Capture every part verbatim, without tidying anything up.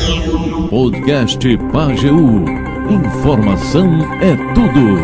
Podcast Pajeú. Informação é tudo.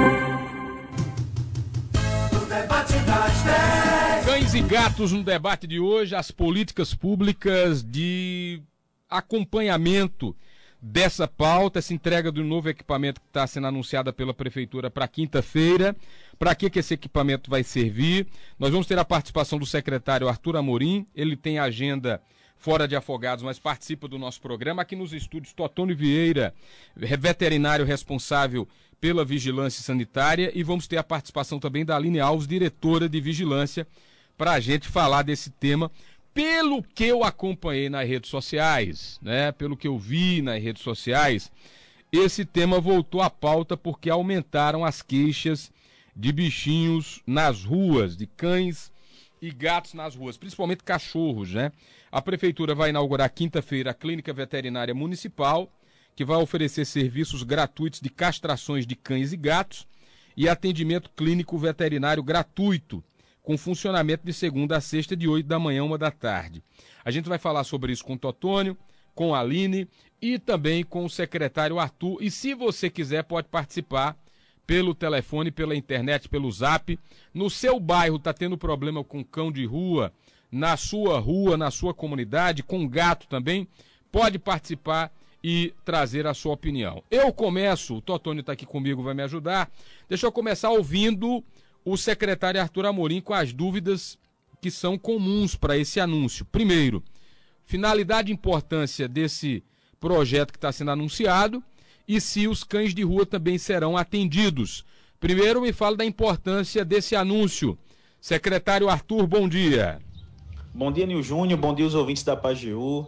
Cães e gatos no debate de hoje, as políticas públicas de acompanhamento dessa pauta, essa entrega do novo equipamento que está sendo anunciada pela Prefeitura para quinta-feira. Para que, que esse equipamento vai servir? Nós vamos ter a participação do secretário Arthur Amorim. Ele tem agenda fora de Afogados, mas participa do nosso programa aqui nos estúdios. Totônio Vieira, veterinário responsável pela vigilância sanitária, e vamos ter a participação também da Aline Alves, diretora de vigilância, para a gente falar desse tema. Pelo que eu acompanhei nas redes sociais, né, pelo que eu vi nas redes sociais, esse tema voltou à pauta porque aumentaram as queixas de bichinhos nas ruas, de cães e gatos nas ruas, principalmente cachorros, né? A Prefeitura vai inaugurar quinta-feira a Clínica Veterinária Municipal, que vai oferecer serviços gratuitos de castrações de cães e gatos e atendimento clínico veterinário gratuito, com funcionamento de segunda a sexta, de oito da manhã a uma da tarde. A gente vai falar sobre isso com o Totônio, com a Aline e também com o secretário Arthur. E se você quiser, pode participar pelo telefone, pela internet, pelo zap. No seu bairro está tendo problema com cão de rua, na sua rua, na sua comunidade, com gato também, pode participar e trazer a sua opinião. Eu começo, o Totônio está aqui comigo, vai me ajudar. Deixa eu começar ouvindo o secretário Arthur Amorim com as dúvidas que são comuns para esse anúncio. Primeiro, finalidade e importância desse projeto que está sendo anunciado e se os cães de rua também serão atendidos. Primeiro, me fala da importância desse anúncio. Secretário Arthur, bom dia. Bom dia, Nil Júnior, bom dia os ouvintes da Pajeú.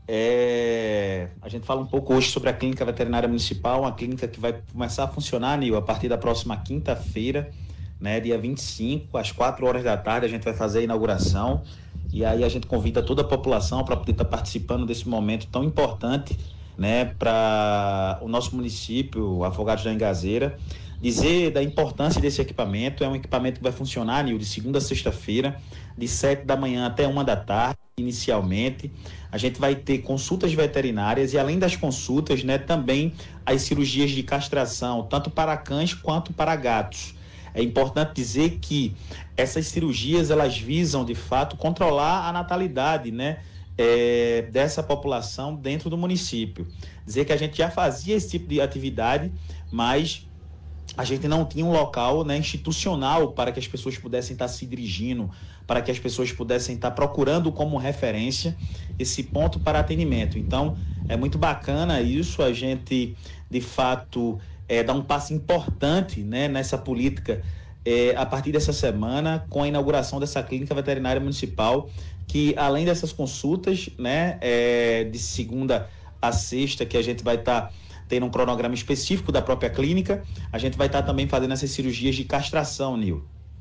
É... A gente fala um pouco hoje sobre a Clínica Veterinária Municipal, uma clínica que vai começar a funcionar, Nil, a partir da próxima quinta-feira, né, dia vinte e cinco, às quatro horas da tarde, a gente vai fazer a inauguração. E aí a gente convida toda a população para poder estar participando desse momento tão importante, né, para o nosso município, Afogados da Engazeira. Dizer da importância desse equipamento. É um equipamento que vai funcionar, Nil, de segunda a sexta-feira, de sete da manhã até uma da tarde, inicialmente. A gente vai ter consultas veterinárias e, além das consultas, né, também as cirurgias de castração, tanto para cães quanto para gatos. É importante dizer que essas cirurgias, elas visam, de fato, controlar a natalidade, né, é, dessa população dentro do município. Dizer que a gente já fazia esse tipo de atividade, mas a gente não tinha um local, né, institucional para que as pessoas pudessem estar se dirigindo, para que as pessoas pudessem estar procurando como referência esse ponto para atendimento. Então, é muito bacana isso, a gente, de fato, é, dá um passo importante, né, nessa política é, a partir dessa semana, com a inauguração dessa Clínica Veterinária Municipal, que, além dessas consultas, né, é, de segunda a sexta, que a gente vai estar tendo um cronograma específico da própria clínica, a gente vai estar também fazendo essas cirurgias de castração, Nil.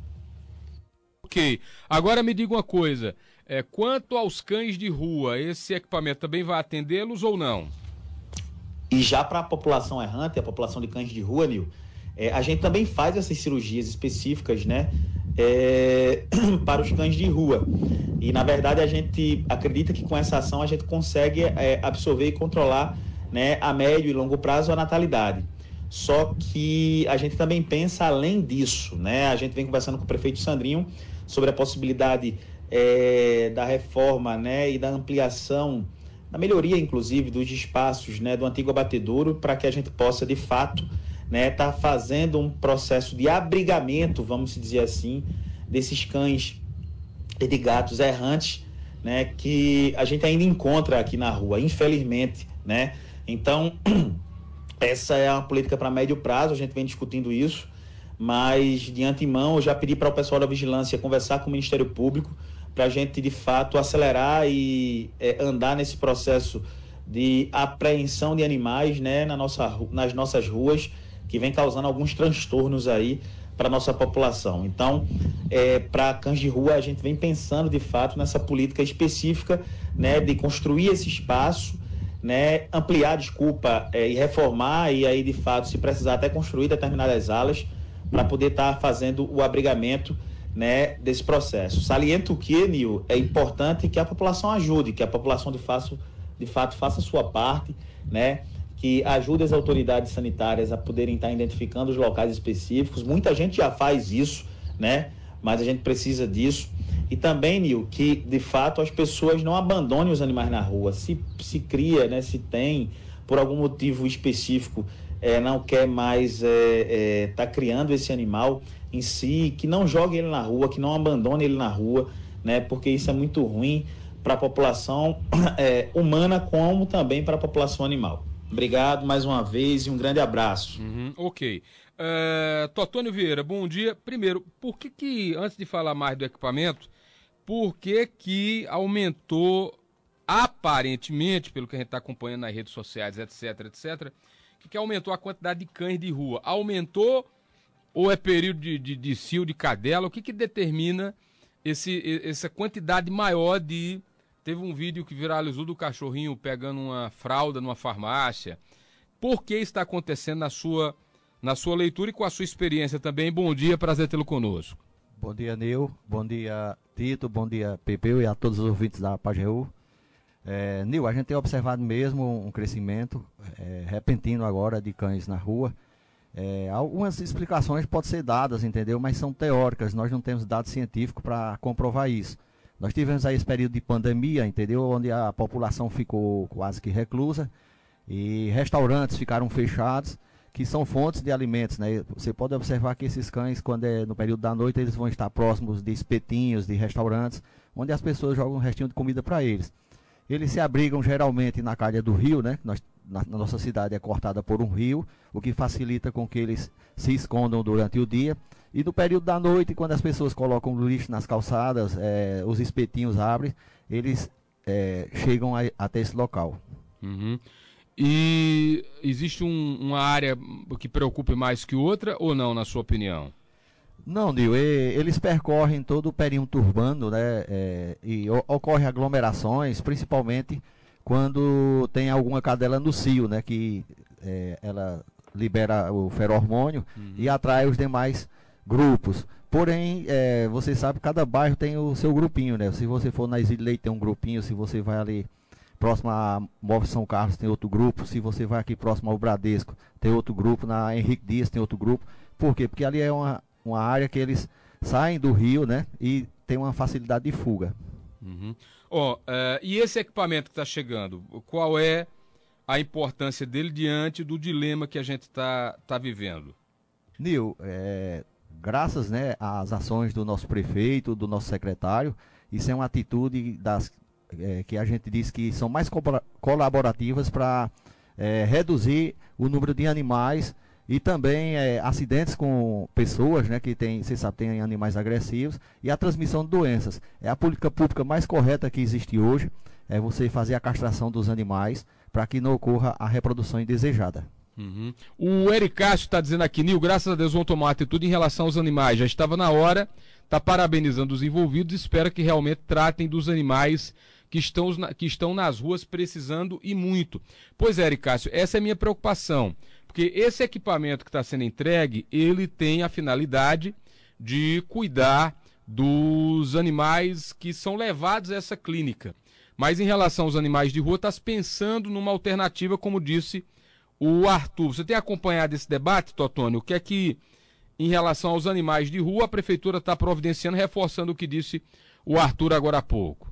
Ok. Agora me diga uma coisa, é, quanto aos cães de rua, esse equipamento também vai atendê-los ou não? E já para a população errante, a população de cães de rua, Nil, é, a gente também faz essas cirurgias específicas, né, é, para os cães de rua. E, na verdade, a gente acredita que com essa ação a gente consegue é, absorver e controlar, né, a médio e longo prazo a natalidade. Só que a gente também pensa além disso, né? A gente vem conversando com o prefeito Sandrinho sobre a possibilidade é, da reforma, né, e da ampliação, da melhoria, inclusive, dos espaços, né, do antigo abatedouro, para que a gente possa, de fato, né, tá fazendo um processo de abrigamento, vamos dizer assim, desses cães e de gatos errantes, né, que a gente ainda encontra aqui na rua, infelizmente, né? Então, essa é uma política para médio prazo, a gente vem discutindo isso, mas de antemão eu já pedi para o pessoal da vigilância conversar com o Ministério Público para a gente, de fato, acelerar e é, andar nesse processo de apreensão de animais, né, na nossa, nas nossas ruas, que vem causando alguns transtornos aí para a nossa população. Então, é, para cães de rua, a gente vem pensando, de fato, nessa política específica, né, de construir esse espaço, né, ampliar, desculpa, é, e reformar, e aí, de fato, se precisar, até construir determinadas alas para poder estar tá fazendo o abrigamento, né, desse processo. Saliento que, Nil, é importante que a população ajude, que a população, de fato, de fato, faça a sua parte, né? Que ajude as autoridades sanitárias a poderem estar identificando os locais específicos. Muita gente já faz isso, né? Mas a gente precisa disso. E também, Nil, que de fato as pessoas não abandonem os animais na rua. Se, se cria, né? Se tem, por algum motivo específico, é, não quer mais estar é, é, tá criando esse animal em si, que não jogue ele na rua, que não abandone ele na rua, né? Porque isso é muito ruim para a população é, humana, como também para a população animal. Obrigado mais uma vez e um grande abraço. Uhum, ok. Uh, Totônio Vieira, bom dia. Primeiro, por que que, antes de falar mais do equipamento, por que que aumentou, aparentemente, pelo que a gente está acompanhando nas redes sociais, etc, etc, que, que aumentou a quantidade de cães de rua? Aumentou ou é período de, de, de cio, de cadela? O que que determina esse, essa quantidade maior de... Teve um vídeo que viralizou do cachorrinho pegando uma fralda numa farmácia. Por que está acontecendo na sua, na sua leitura e com a sua experiência também? Bom dia, prazer tê-lo conosco. Bom dia, Nil. Bom dia, Tito. Bom dia, Pepeu e a todos os ouvintes da Pajeú. É, Nil, a gente tem observado mesmo um crescimento é, repentino agora de cães na rua. É, algumas explicações podem ser dadas, entendeu? Mas são teóricas, nós não temos dados científicos para comprovar isso. Nós tivemos aí esse período de pandemia, entendeu? Onde a população ficou quase que reclusa e restaurantes ficaram fechados, que são fontes de alimentos, né? Você pode observar que esses cães, quando é no período da noite, eles vão estar próximos de espetinhos, de restaurantes, onde as pessoas jogam um restinho de comida para eles. Eles se abrigam geralmente na calha do rio, né? Nós, na, na nossa cidade é cortada por um rio, o que facilita com que eles se escondam durante o dia. E no período da noite, quando as pessoas colocam lixo nas calçadas, é, os espetinhos abrem, eles é, chegam a, até esse local. Uhum. E existe um, uma área que preocupe mais que outra ou não, na sua opinião? Não, Nil, eles percorrem todo o perímetro urbano, né? É, e ocorrem aglomerações, principalmente quando tem alguma cadela no cio, né? Que é, ela libera o feromônio uhum. e atrai os demais grupos. Porém, é, você sabe, cada bairro tem o seu grupinho, né? Se você for na Exílio Leite tem um grupinho, se você vai ali próximo a Móvel São Carlos tem outro grupo, se você vai aqui próximo ao Bradesco tem outro grupo, na Henrique Dias tem outro grupo. Por quê? Porque ali é uma, uma área que eles saem do rio, né? E tem uma facilidade de fuga. Uhum. Oh, uh, e esse equipamento que está chegando, qual é a importância dele diante do dilema que a gente está tá vivendo? Nil, é... graças, né, às ações do nosso prefeito, do nosso secretário, isso é uma atitude das, é, que a gente diz que são mais co colaborativas para é, reduzir o número de animais e também é, acidentes com pessoas, né, que tem, você sabe, tem animais agressivos e a transmissão de doenças. É a política pública mais correta que existe hoje, é você fazer a castração dos animais para que não ocorra a reprodução indesejada. Uhum. O Eric Castro está dizendo aqui, Nil, graças a Deus vão tomar atitude em relação aos animais, já estava na hora, está parabenizando os envolvidos, espera que realmente tratem dos animais que estão, que estão nas ruas precisando e muito. Pois é, Eric Castro, essa é a minha preocupação, porque esse equipamento que está sendo entregue, ele tem a finalidade de cuidar dos animais que são levados a essa clínica, mas em relação aos animais de rua, está pensando numa alternativa, como disse o Arthur. Você tem acompanhado esse debate, Totônio? O que é que, em relação aos animais de rua, a prefeitura está providenciando, reforçando o que disse o Arthur agora há pouco?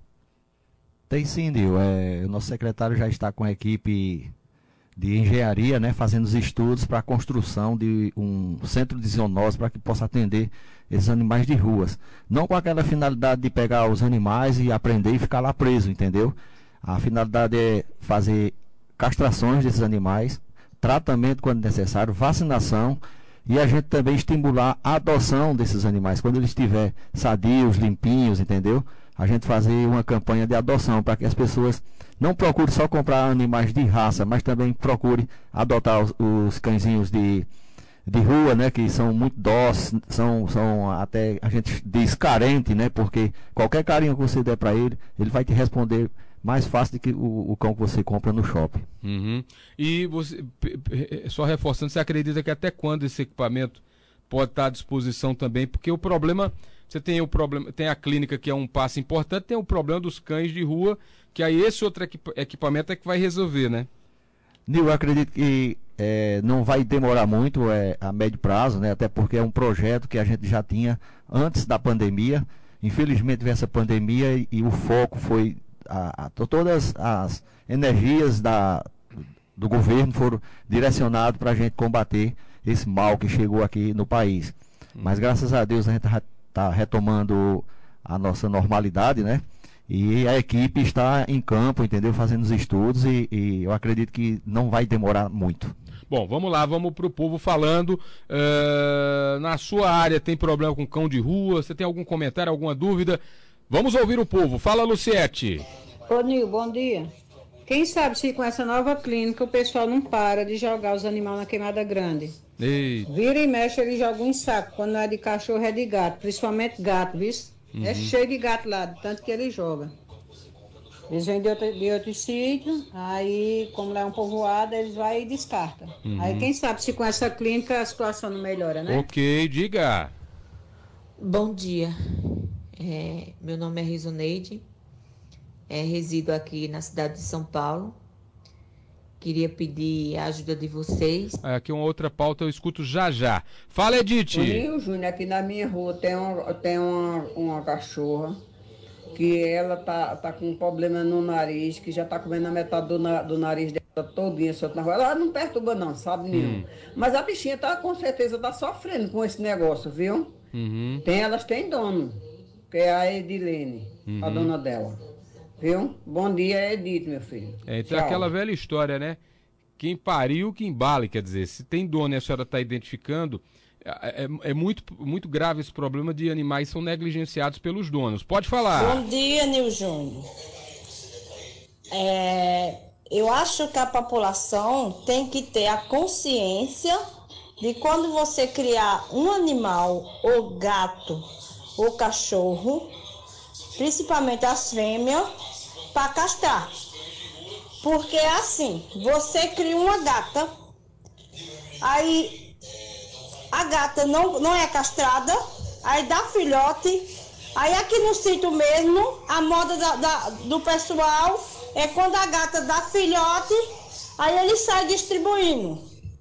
Tem sim, Nil. É, o nosso secretário já está com a equipe de engenharia, né, fazendo os estudos para a construção de um centro de zoonose para que possa atender esses animais de ruas. Não com aquela finalidade de pegar os animais e aprender e ficar lá preso, entendeu? A finalidade é fazer castrações desses animais, tratamento quando necessário, vacinação e a gente também estimular a adoção desses animais. Quando eles estiverem sadios, limpinhos, entendeu? A gente fazer uma campanha de adoção para que as pessoas não procurem só comprar animais de raça, mas também procurem adotar os, os cãezinhos de, de rua, né? Que são muito dóceis, são, são até, a gente diz, carente, né? Porque qualquer carinho que você der para ele, ele vai te responder mais fácil do que o, o cão que você compra no shopping. Uhum. E você, só reforçando, você acredita que até quando esse equipamento pode estar à disposição também? Porque o problema, Você tem o problema, tem a clínica que é um passo importante, tem o problema dos cães de rua, que aí esse outro equipa equipamento é que vai resolver, né? Nil, eu acredito que é, não vai demorar muito é, a médio prazo, né? Até porque é um projeto que a gente já tinha antes da pandemia. Infelizmente veio essa pandemia e, e o foco foi a, a, todas as energias da, do governo foram direcionadas para a gente combater esse mal que chegou aqui no país. Hum. Mas graças a Deus a gente está retomando a nossa normalidade, né? E a equipe está em campo, entendeu? Fazendo os estudos e, e eu acredito que não vai demorar muito. Bom, vamos lá, vamos para o povo falando. Uh, na sua área tem problema com cão de rua? Você tem algum comentário, alguma dúvida? Vamos ouvir o povo. Fala, Luciete. Ô, Nil, bom dia. Quem sabe se com essa nova clínica o pessoal não para de jogar os animais na queimada grande. Ei. Vira e mexe, ele joga um saco. Quando não é de cachorro, é de gato. Principalmente gato, viu? Uhum. É cheio de gato lá, tanto que ele joga. Eles vêm de outro, de outro sítio, aí, como lá é um povoado, eles vão e descartam. Uhum. Aí, quem sabe se com essa clínica a situação não melhora, né? Ok, diga. Bom dia. É, meu nome é Rizoneide. É, resido aqui na cidade de São Paulo. Queria pedir a ajuda de vocês. Aqui uma outra pauta, eu escuto já já. Fala, Edith. Rio Júnior, aqui na minha rua tem, um, tem uma, uma cachorra que ela tá, tá com um problema no nariz, que já tá comendo a metade do, na, do nariz dela todinha, solta na rua. Ela não perturba não, sabe nenhum. Hum. Mas a bichinha tá, com certeza tá sofrendo com esse negócio, viu? Uhum. Tem, elas têm dono, que é a Edilene, uhum. a dona dela. Viu? Bom dia, Edith, meu filho. É, então é aquela velha história, né? Quem pariu, que embale, quer dizer, se tem dono e a senhora está identificando, é, é, é muito, muito grave esse problema de animais que são negligenciados pelos donos. Pode falar. Bom dia, Nil Júnior. É, eu acho que a população tem que ter a consciência de quando você criar um animal, ou gato, ou cachorro, principalmente as fêmeas, para castrar. Porque é assim, você cria uma gata, aí a gata não, não é castrada, aí dá filhote, aí aqui no sítio mesmo, a moda da, da, do pessoal é quando a gata dá filhote, aí ele sai distribuindo,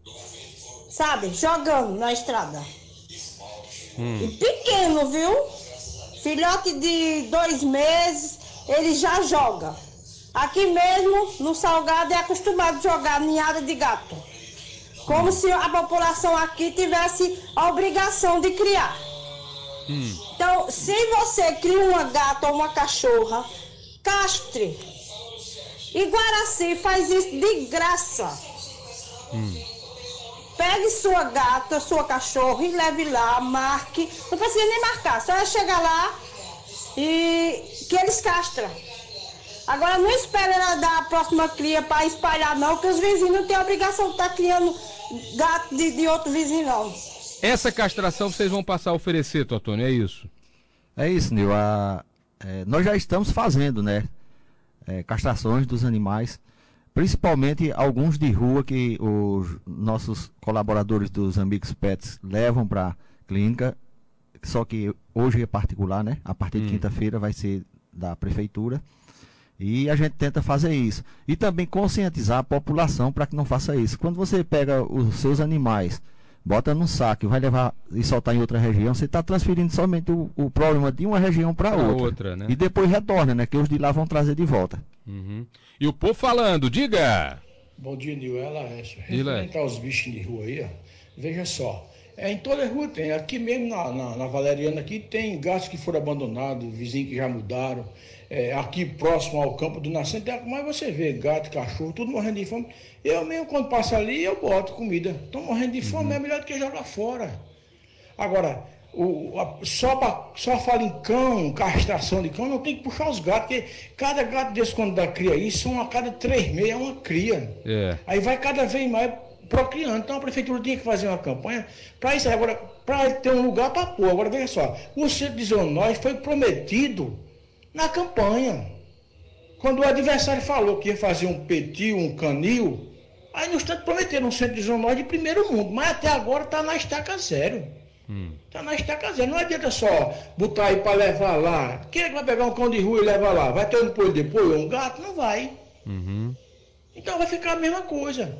sabe, jogando na estrada. Hum. E pequeno, viu? Filhote de dois meses, ele já joga. Aqui mesmo, no Salgado, é acostumado a jogar ninhada de gato. Como hum. se a população aqui tivesse a obrigação de criar. Hum. Então, se você cria uma gata ou uma cachorra, castre. E Guaraci faz isso de graça. Hum. Pegue sua gata, sua cachorra e leve lá, marque. Não precisa nem marcar, só é chegar lá e que eles castram. Agora não espere ela dar a próxima cria para espalhar não, porque os vizinhos não têm a obrigação de estar criando gato de, de outro vizinho não. Essa castração vocês vão passar a oferecer, Totônio, é isso? É isso, Nil. A, é, nós já estamos fazendo, né? É, castrações dos animais. Principalmente alguns de rua que os nossos colaboradores dos Amigos Pets levam para a clínica, só que hoje é particular, né? A partir de hum. quinta-feira vai ser da prefeitura. E a gente tenta fazer isso. E também conscientizar a população para que não faça isso. Quando você pega os seus animais, bota num saco e vai levar e soltar em outra região, você está transferindo somente o, o problema de uma região para outra. outra né? E depois retorna, né? Que os de lá vão trazer de volta. Uhum. E o povo falando, diga! Bom dia, Nil. É Laércio. Referente aos bichos de rua aí, ó, veja só. É, em toda a rua tem. Aqui mesmo na, na, na Valeriana aqui tem gatos que foram abandonados, vizinhos que já mudaram. É, aqui próximo ao campo do Nascente, mas você vê gato, cachorro, tudo morrendo de fome. Eu mesmo, quando passo ali, eu boto comida. Estão morrendo de fome, uhum. é melhor do que jogar fora. Agora, o, a, só, pra, só fala em cão, castração de cão, não tem que puxar os gatos, porque cada gato desse, quando dá cria aí, são a cada três meses, é uma cria. É. Aí vai cada vez mais procriando. Então a prefeitura tinha que fazer uma campanha para isso. Agora, para ter um lugar para pôr. Agora, veja só, o centro de Zona Norte foi prometido na campanha. Quando o adversário falou que ia fazer um petil, um canil, aí no instante prometeram um centro de Zona Norte de primeiro mundo, mas até agora está na estaca zero. Hum. Então nós está casando, não adianta só botar aí para levar lá. Quem é que vai pegar um cão de rua e levar lá? Vai ter um depois depois ou um gato? Não vai. Uhum. Então vai ficar a mesma coisa.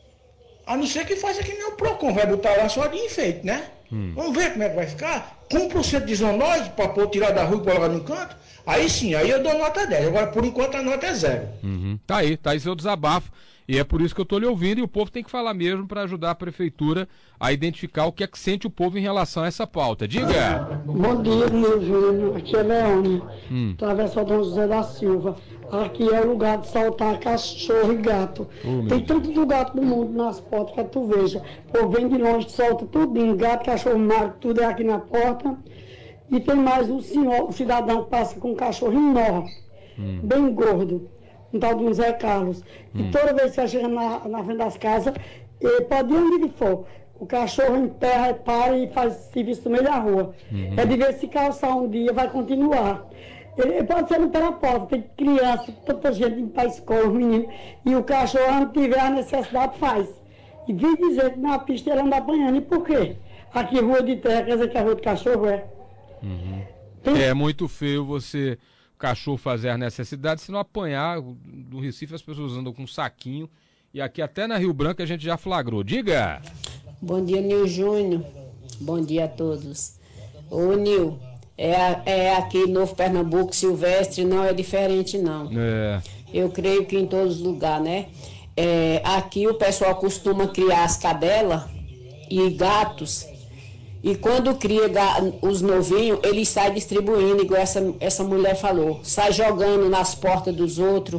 A não ser que faça que nem o Procon, vai botar lá só de enfeite, né? Hum. Vamos ver como é que vai ficar. Cumpre o centro de zoonose para pôr tirar da rua e colocar no canto. Aí sim, aí eu dou nota dez. Agora, por enquanto, a nota é zero. Uhum. Tá aí, tá aí seu desabafo. E é por isso que eu estou lhe ouvindo, e o povo tem que falar mesmo para ajudar a prefeitura a identificar o que é que sente o povo em relação a essa pauta. Diga! Bom dia, meu Júnior. Aqui é Leone, hum. Travessão Dom José da Silva. Aqui é o lugar de soltar cachorro e gato. Oh, tem tanto do gato do mundo nas portas que tu veja. Pô, vem de longe, solta tudinho, gato, cachorro, mar, tudo é aqui na porta. E tem mais um senhor, o cidadão que passa com um cachorro enorme, hum. bem gordo. Um tal de um Zé Carlos. Hum. E toda vez que você chega na, na frente das casas, ele pode ir onde for. O cachorro enterra, para e faz serviço no meio da rua. Uhum. É de ver se calçar um dia, vai continuar. Ele pode ser no pé da porta, tem criança, tanta gente indo para a escola, menino. E o cachorro, onde tiver a necessidade, faz. E vem dizer que na pista ele anda apanhando. E por quê? Aqui rua de terra, quer dizer que a rua de cachorro é. Uhum. Tem... É muito feio você... cachorro fazer as necessidades, se não apanhar. No Recife as pessoas andam com um saquinho, e aqui até na Rio Branco a gente já flagrou. Diga! Bom dia, Nil Júnior. Bom dia a todos. Ô, Nil, é, é aqui Novo Pernambuco, Silvestre, não é diferente, não. É. Eu creio que em todos os lugares, né? É, aqui o pessoal costuma criar as cadelas e gatos. E quando cria os novinhos, eles saem distribuindo, igual essa, essa mulher falou. Sai jogando nas portas dos outros.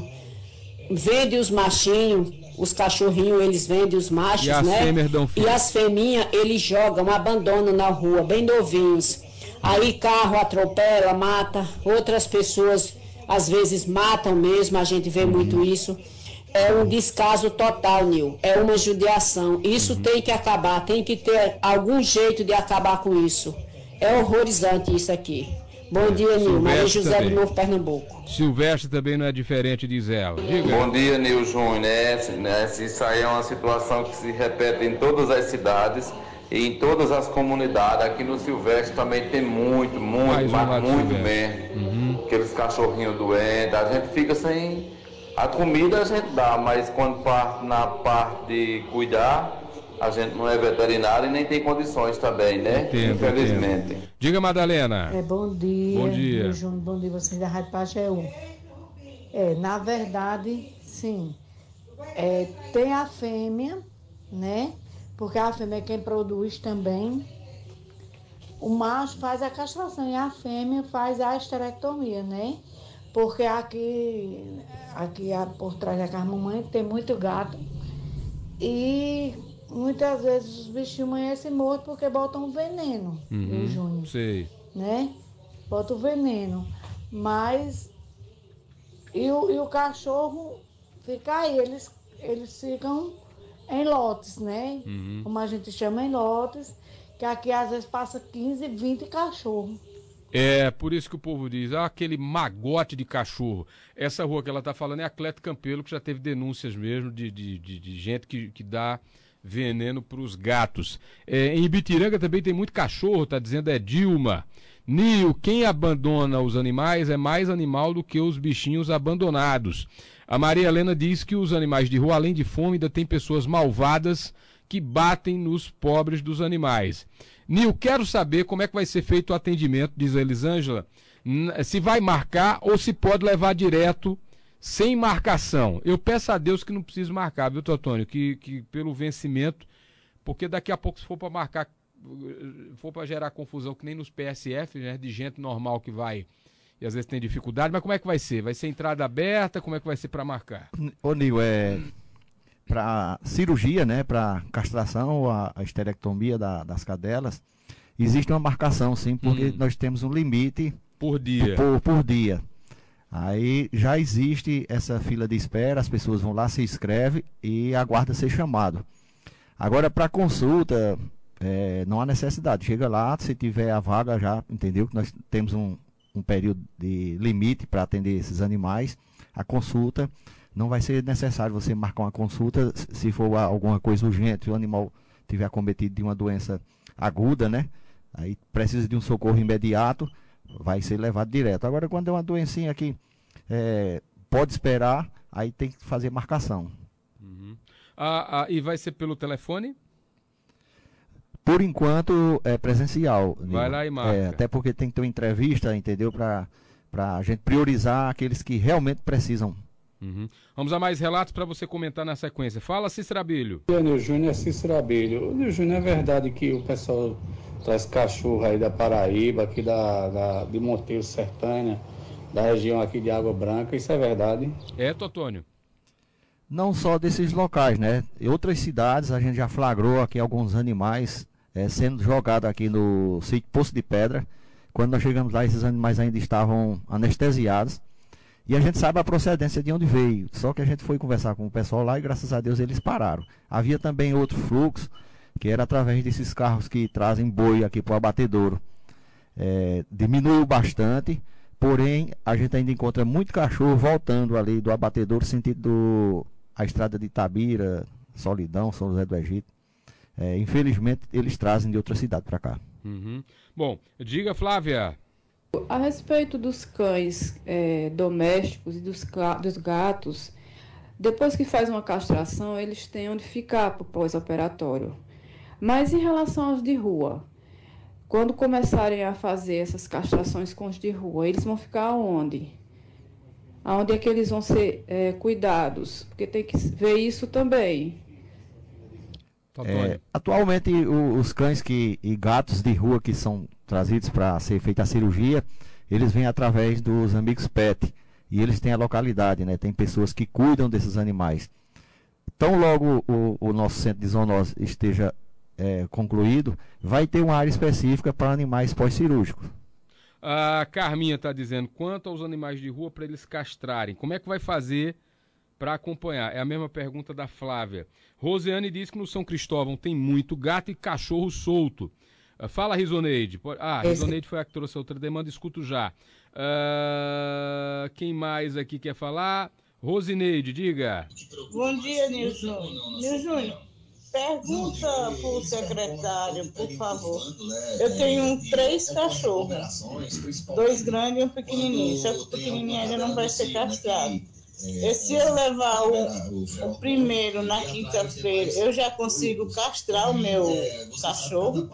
Vende os machinhos, os cachorrinhos, eles vendem os machos, e né? E as fêmeas, eles jogam, abandonam na rua, bem novinhos. Aí carro atropela, mata. Outras pessoas, às vezes, matam mesmo, a gente vê uhum. muito isso. É um descaso total, Nil. É uma judiação. Isso uhum. tem que acabar. Tem que ter algum jeito de acabar com isso. É horrorizante isso aqui. Bom dia, Nil. Maria José do Novo Pernambuco. Silvestre também não é diferente, diz ela. Diga. Bom dia, Nil Júnior. Né? Isso aí é uma situação que se repete em todas as cidades e em todas as comunidades. Aqui no Silvestre também tem muito, muito, mas muito mesmo. Uhum. Aqueles cachorrinhos doentes. A gente fica sem... A comida a gente dá, mas quando parte na parte de cuidar, a gente não é veterinário e nem tem condições também, né? Entendo, infelizmente. Entendo. Diga, Madalena. É, bom dia. Bom dia. Júnior, bom dia vocês da Rádio Pajeú. É, na verdade, sim. É, tem a fêmea, né? Porque a fêmea é quem produz também. O macho faz a castração e a fêmea faz a esterectomia, né? Porque aqui, aqui por trás da casa da mamãe tem muito gato. E muitas vezes os bichinhos amanhecem mortos porque botam veneno, uhum, Júnior. Sei. Né? Botam veneno. Mas. E o, e o cachorro fica aí, eles, eles ficam em lotes, né? Uhum. Como a gente chama em lotes, que aqui às vezes passa quinze, vinte cachorros. É, por isso que o povo diz, ah, aquele magote de cachorro. Essa rua que ela está falando é a Cleto Campelo, que já teve denúncias mesmo de, de, de, de gente que, que dá veneno para os gatos. É, em Ibitiranga também tem muito cachorro, está dizendo é Dilma. Nil, quem abandona os animais é mais animal do que os bichinhos abandonados. A Maria Helena diz que os animais de rua, além de fome, ainda tem pessoas malvadas que batem nos pobres dos animais. Nil, quero saber como é que vai ser feito o atendimento, diz a Elisângela, se vai marcar ou se pode levar direto sem marcação. Eu peço a Deus que não precise marcar, viu, Totônio, que, que pelo vencimento, porque daqui a pouco se for para marcar, for para gerar confusão, que nem nos P S F, né, de gente normal que vai e às vezes tem dificuldade, mas como é que vai ser? Vai ser entrada aberta? Como é que vai ser para marcar? Ô, Nil, é... para cirurgia, né, para castração, a, a esterectomia da, das cadelas, existe uma marcação, sim, porque hum. nós temos um limite por dia. Por, por dia. Aí já existe essa fila de espera, as pessoas vão lá, se inscrevem e aguarda ser chamado. Agora, para consulta, é, não há necessidade. Chega lá, se tiver a vaga já, entendeu? Que nós temos um, um período de limite para atender esses animais. A consulta... não vai ser necessário você marcar uma consulta se for alguma coisa urgente, se o animal tiver acometido de uma doença aguda, né? aí precisa de um socorro imediato, vai ser levado direto. Agora, quando é uma doencinha que é, pode esperar, aí tem que fazer marcação. Uhum. Ah, ah, e vai ser pelo telefone? Por enquanto é presencial. Vai Nilo. Lá e marca. É, até porque tem que ter uma entrevista, entendeu? Para a gente priorizar aqueles que realmente precisam. Uhum. Vamos a mais relatos para você comentar na sequência. Fala, Cícero Abelho. Nil Júnior, é Cícero Abelho. Nil Júnior, é verdade que o pessoal traz cachorro aí da Paraíba, aqui da, da, de Monteiro Sertânia, da região aqui de Água Branca, isso é verdade? É, Totônio. Não só desses locais, né? Em outras cidades a gente já flagrou aqui alguns animais é, sendo jogados aqui no sítio Poço de Pedra. Quando nós chegamos lá, esses animais ainda estavam anestesiados. E a gente sabe a procedência de onde veio. Só que a gente foi conversar com o pessoal lá e graças a Deus eles pararam. Havia também outro fluxo, que era através desses carros que trazem boi aqui para o abatedouro. É, diminuiu bastante, porém a gente ainda encontra muito cachorro voltando ali do abatedouro, sentido do, a estrada de Itabira, Solidão, São José do Egito. É, infelizmente eles trazem de outra cidade para cá. Uhum. Bom, diga, Flávia. A respeito dos cães é, domésticos e dos, dos gatos, depois que faz uma castração, eles têm onde ficar para o pós-operatório. Mas em relação aos de rua, quando começarem a fazer essas castrações com os de rua, eles vão ficar onde? Aonde é que eles vão ser é, cuidados? Porque tem que ver isso também. É, atualmente o, os cães que, e gatos de rua que são trazidos para ser feita a cirurgia, eles vêm através dos amigos pet e eles têm a localidade, né? Tem pessoas que cuidam desses animais. Tão logo o, o nosso centro de zoonose esteja é, concluído, vai ter uma área específica para animais pós-cirúrgicos. A Carminha está dizendo, quanto aos animais de rua para eles castrarem, como é que vai fazer para acompanhar? É a mesma pergunta da Flávia. Rosiane diz que no São Cristóvão tem muito gato e cachorro solto. Uh, fala, Rizoneide. Ah, Esse... Rizoneide foi a que trouxe a outra demanda, escuto já. Uh, quem mais aqui quer falar? Rosineide, diga. Bom dia, Nil Júnior. Nil Júnior, pergunta para o secretário, por favor. Eu tenho três cachorros, dois grandes e um pequenininho, só que o pequenininho ainda não vai ser castrado. E se eu levar o, o primeiro na quinta-feira, eu já consigo castrar o meu cachorro?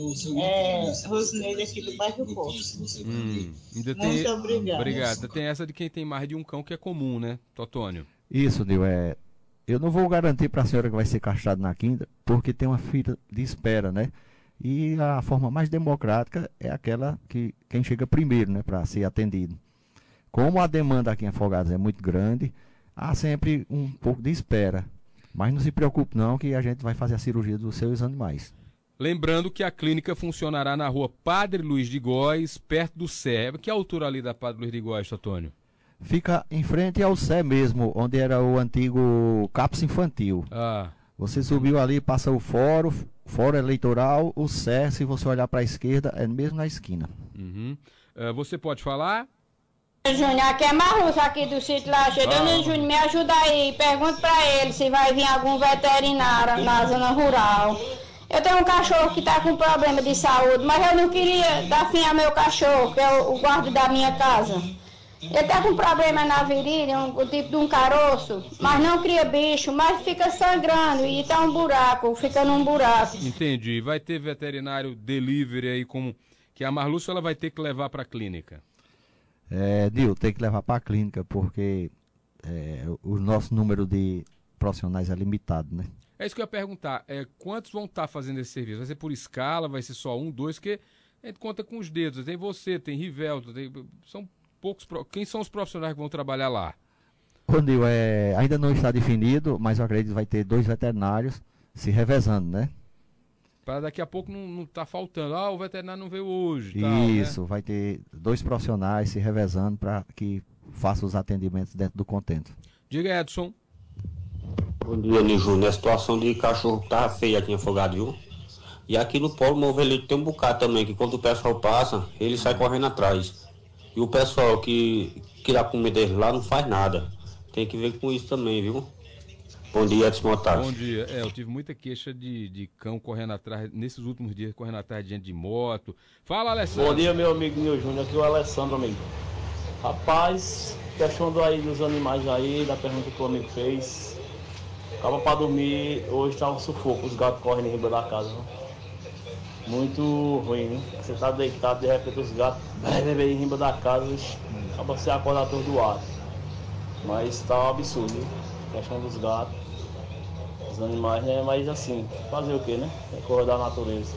É, Rosineide aqui do bairro Poço. Hum, Muito tem... obrigada. Obrigado. Tem essa de quem tem mais de um cão que é comum, né, Totônio? Isso, Nil. É... Eu não vou garantir para a senhora que vai ser castrado na quinta, porque tem uma fila de espera, né? E a forma mais democrática é aquela que quem chega primeiro, né, para ser atendido. Como a demanda aqui em Afogados é muito grande, há sempre um pouco de espera. Mas não se preocupe não, que a gente vai fazer a cirurgia dos seus animais. Lembrando que a clínica funcionará na rua Padre Luiz de Góes, perto do C E. Que altura ali da Padre Luiz de Góes, Antônio? Fica em frente ao C E mesmo, onde era o antigo CAPS Infantil. Ah. Você subiu ali, passa o fórum, fórum eleitoral, o C E, se você olhar para a esquerda, é mesmo na esquina. Uhum. Uh, você pode falar? Júnior, aqui é Marluxa, aqui do sítio Lajeado. Ah. Júnior, me ajuda aí, pergunta pra ele se vai vir algum veterinário na zona rural. Eu tenho um cachorro que tá com problema de saúde, mas eu não queria dar fim ao meu cachorro, que é o, o guarda da minha casa. Ele tá com problema na virilha, um, o tipo de um caroço, mas não cria bicho, mas fica sangrando e tá um buraco, fica num buraco. Entendi. Vai ter veterinário delivery aí, como que a Marluxa ela vai ter que levar pra clínica. É, Nil, tem que levar para a clínica, porque é, o nosso número de profissionais é limitado, né? É isso que eu ia perguntar. É, quantos vão estar tá fazendo esse serviço? Vai ser por escala? Vai ser só um, dois? Porque a gente conta com os dedos. Tem você, tem Rivelto, tem... são poucos... Quem são os profissionais que vão trabalhar lá? Ô, Nil, é, ainda não está definido, mas eu acredito que vai ter dois veterinários se revezando, né? Para daqui a pouco não, não tá faltando. Ah, o veterinário não veio hoje. Isso, tal, né? Vai ter dois profissionais se revezando para que façam os atendimentos dentro do contento. Diga, Edson. Bom dia, Nil Júnior. A situação de cachorro tá feia aqui em Afogado, viu? E aqui no Polo Movelito tem um bocado também, que quando o pessoal passa, ele sai correndo atrás. E o pessoal que, que dá comida dele lá não faz nada. Tem que ver com isso também, viu? Bom dia, Edson Montares. Bom dia. É, eu tive muita queixa de, de cão correndo atrás, nesses últimos dias, correndo atrás de gente de moto. Fala, Alessandro. Bom dia, meu amigo Nil Júnior, aqui é o Alessandro, amigo. Rapaz, questão aí dos animais aí, da pergunta que o amigo fez. Acaba pra dormir, hoje tá um sufoco, os gatos correndo em riba da casa, né? Muito ruim, né? Você tá deitado, de repente os gatos bebem em riba da casa, acaba você acordar atordoado. Mas tá um absurdo, né? A questão dos gatos, dos animais, né? Mas assim, fazer o quê, né? É correr da natureza.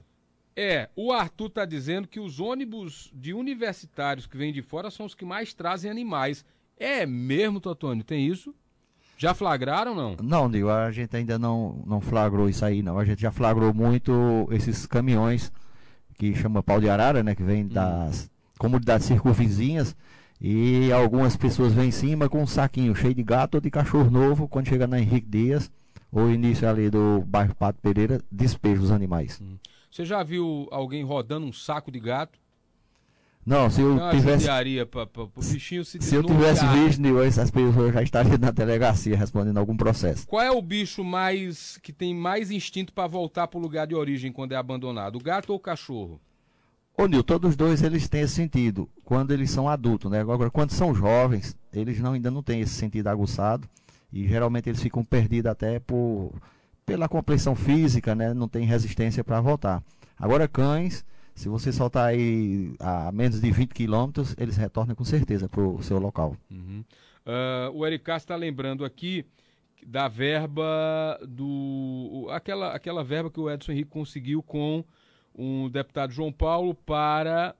É, o Arthur tá dizendo que os ônibus de universitários que vêm de fora são os que mais trazem animais. É mesmo, Totônio? Tem isso? Já flagraram ou não? Não, Nil, a gente ainda não, não flagrou isso aí, não. A gente já flagrou muito esses caminhões que chama pau de arara, né? Que vem das hum. comunidades circunvizinhas. E algumas pessoas vêm em cima com um saquinho cheio de gato ou de cachorro novo. Quando chega na Henrique Dias, ou início ali do bairro Pato Pereira, despeja os animais. Hum. Você já viu alguém rodando um saco de gato? Não, se eu Não, tivesse... Pra, pra, pro bichinho se se eu tivesse visto, Nil, essas pessoas já estariam na delegacia respondendo algum processo. Qual é o bicho mais que tem mais instinto para voltar para o lugar de origem quando é abandonado? O gato ou o cachorro? Ô, Nil, todos os dois eles têm esse sentido quando eles são adultos, né? Agora, quando são jovens, eles não, ainda não têm esse sentido aguçado e geralmente eles ficam perdidos até por, pela complexão física, né? Não tem resistência para voltar. Agora, cães, se você soltar aí a menos de vinte quilômetros, eles retornam com certeza para o seu local. Uhum. Uh, o Eric Castro está lembrando aqui da verba do... Aquela, aquela verba que o Edson Henrique conseguiu com o deputado João Paulo para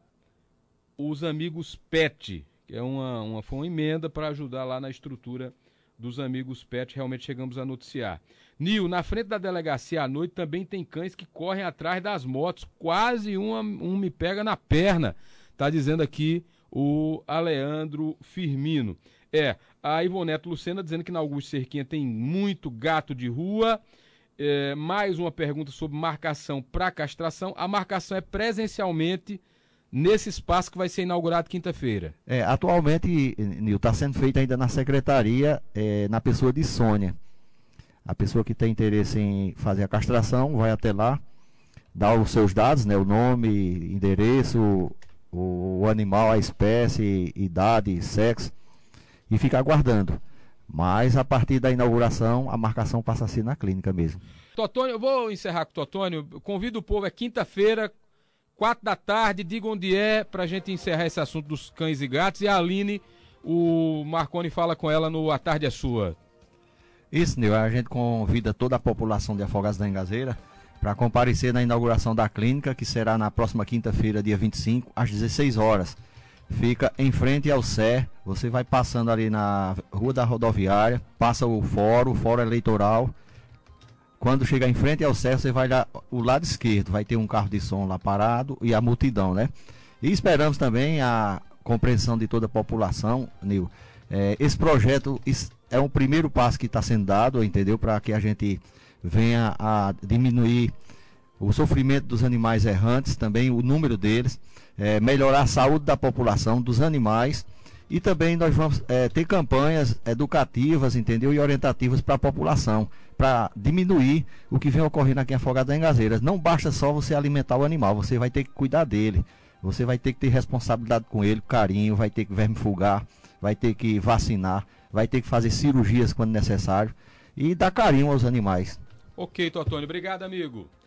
os amigos Pet, que é uma, uma, foi uma emenda para ajudar lá na estrutura dos amigos Pet, realmente chegamos a noticiar. Nil, na frente da delegacia à noite também tem cães que correm atrás das motos, quase uma, um me pega na perna, tá dizendo aqui o Aleandro Firmino. É, a Ivonete Lucena dizendo que na Augusto Cerquinha tem muito gato de rua. É, mais uma pergunta sobre marcação para castração. A marcação é presencialmente nesse espaço que vai ser inaugurado quinta-feira. É, atualmente, Nil, está sendo feito ainda na secretaria, é, na pessoa de Sônia. A pessoa que tem interesse em fazer a castração vai até lá, dá os seus dados, né, o nome, endereço, o, o animal, a espécie, idade, sexo, e fica aguardando. Mas a partir da inauguração, a marcação passa a ser na clínica mesmo. Totônio, eu vou encerrar com o Totônio. Convido o povo, é quinta-feira, quatro da tarde, diga onde é, pra gente encerrar esse assunto dos cães e gatos. E a Aline, o Marconi fala com ela no A Tarde é Sua. Isso, Nil, a gente convida toda a população de Afogados da Engazeira para comparecer na inauguração da clínica, que será na próxima quinta-feira, dia vinte e cinco, às dezesseis horas. Fica em frente ao C E R, você vai passando ali na Rua da Rodoviária, passa o fórum, o fórum eleitoral. Quando chegar em frente ao C E R, você vai lá, o lado esquerdo, vai ter um carro de som lá parado e a multidão, né? E esperamos também a compreensão de toda a população, Nil. É, esse projeto é um primeiro passo que está sendo dado, entendeu? Para que a gente venha a diminuir o sofrimento dos animais errantes, também o número deles, é, melhorar a saúde da população, dos animais, e também nós vamos é, ter campanhas educativas, entendeu? E orientativas para a população, para diminuir o que vem ocorrendo aqui em Afogados da Engazeira. Não basta só você alimentar o animal, você vai ter que cuidar dele, você vai ter que ter responsabilidade com ele, carinho, vai ter que vermifugar, vai ter que vacinar, vai ter que fazer cirurgias quando necessário e dar carinho aos animais. Ok, Totônio, obrigado, amigo.